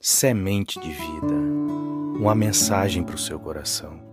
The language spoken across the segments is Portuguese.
Semente de vida, uma mensagem para o seu coração.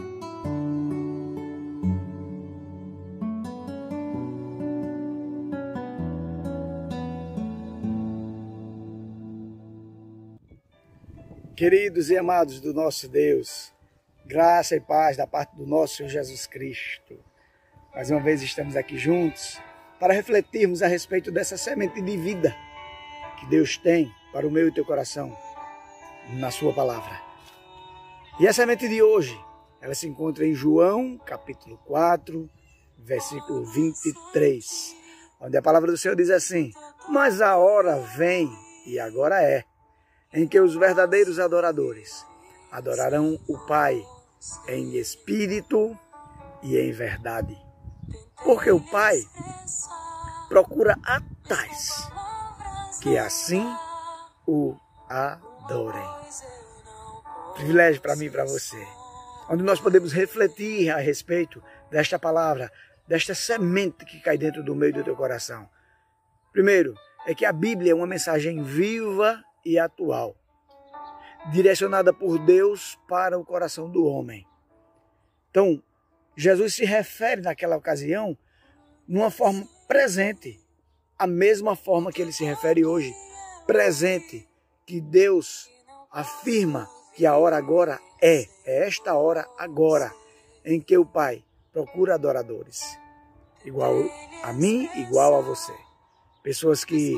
Queridos e amados do nosso Deus, graça e paz da parte do nosso Senhor Jesus Cristo. Mais uma vez estamos aqui juntos para refletirmos a respeito dessa semente de vida que Deus tem para o meu e teu coração na sua palavra. E a semente de hoje, ela se encontra em João, capítulo 4, versículo 23, onde a palavra do Senhor diz assim: mas a hora vem, e agora é, em que os verdadeiros adoradores adorarão o Pai em espírito e em verdade. Porque o Pai procura a tais que assim o adorem. Privilégio para mim e para você, onde nós podemos refletir a respeito desta palavra, desta semente que cai dentro do meio do teu coração. Primeiro, é que a Bíblia é uma mensagem viva e atual, direcionada por Deus para o coração do homem. Então, Jesus se refere naquela ocasião numa forma presente, a mesma forma que ele se refere hoje, presente, que Deus afirma que a hora agora é esta hora agora, em que o Pai procura adoradores, igual a mim, igual a você. Pessoas que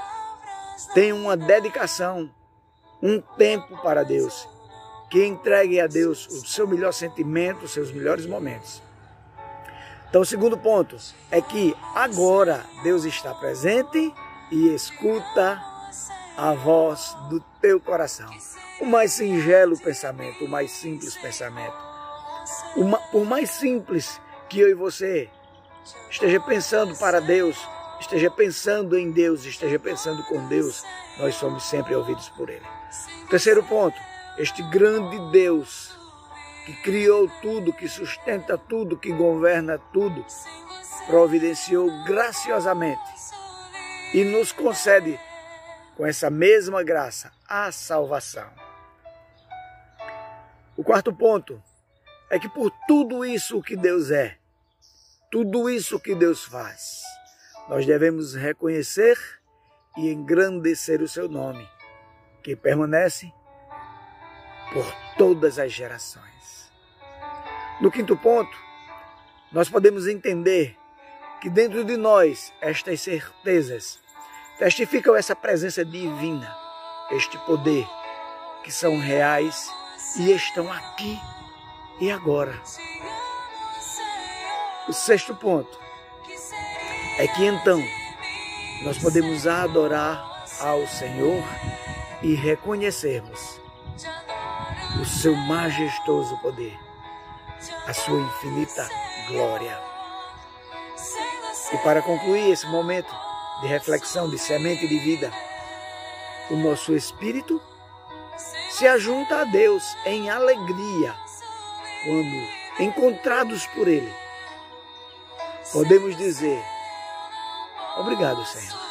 têm uma dedicação, um tempo para Deus, que entreguem a Deus o seu melhor sentimento, os seus melhores momentos. Então, o segundo ponto é que agora Deus está presente e escuta a voz do teu coração. O mais singelo pensamento, o mais simples pensamento. Por mais simples que eu e você esteja pensando para Deus, esteja pensando em Deus, esteja pensando com Deus, nós somos sempre ouvidos por Ele. Terceiro ponto, este grande Deus que criou tudo, que sustenta tudo, que governa tudo, providenciou graciosamente e nos concede com essa mesma graça a salvação. O quarto ponto é que por tudo isso que Deus é, tudo isso que Deus faz, nós devemos reconhecer e engrandecer o seu nome, que permanece por todas as gerações. No quinto ponto, nós podemos entender que dentro de nós estas certezas testificam essa presença divina, este poder, que são reais e estão aqui e agora. O sexto ponto é que então nós podemos adorar ao Senhor e reconhecermos o seu majestoso poder, a sua infinita glória. E para concluir esse momento de reflexão, de semente de vida, o nosso espírito se ajunta a Deus em alegria quando encontrados por Ele. Podemos dizer: obrigado, Senhor.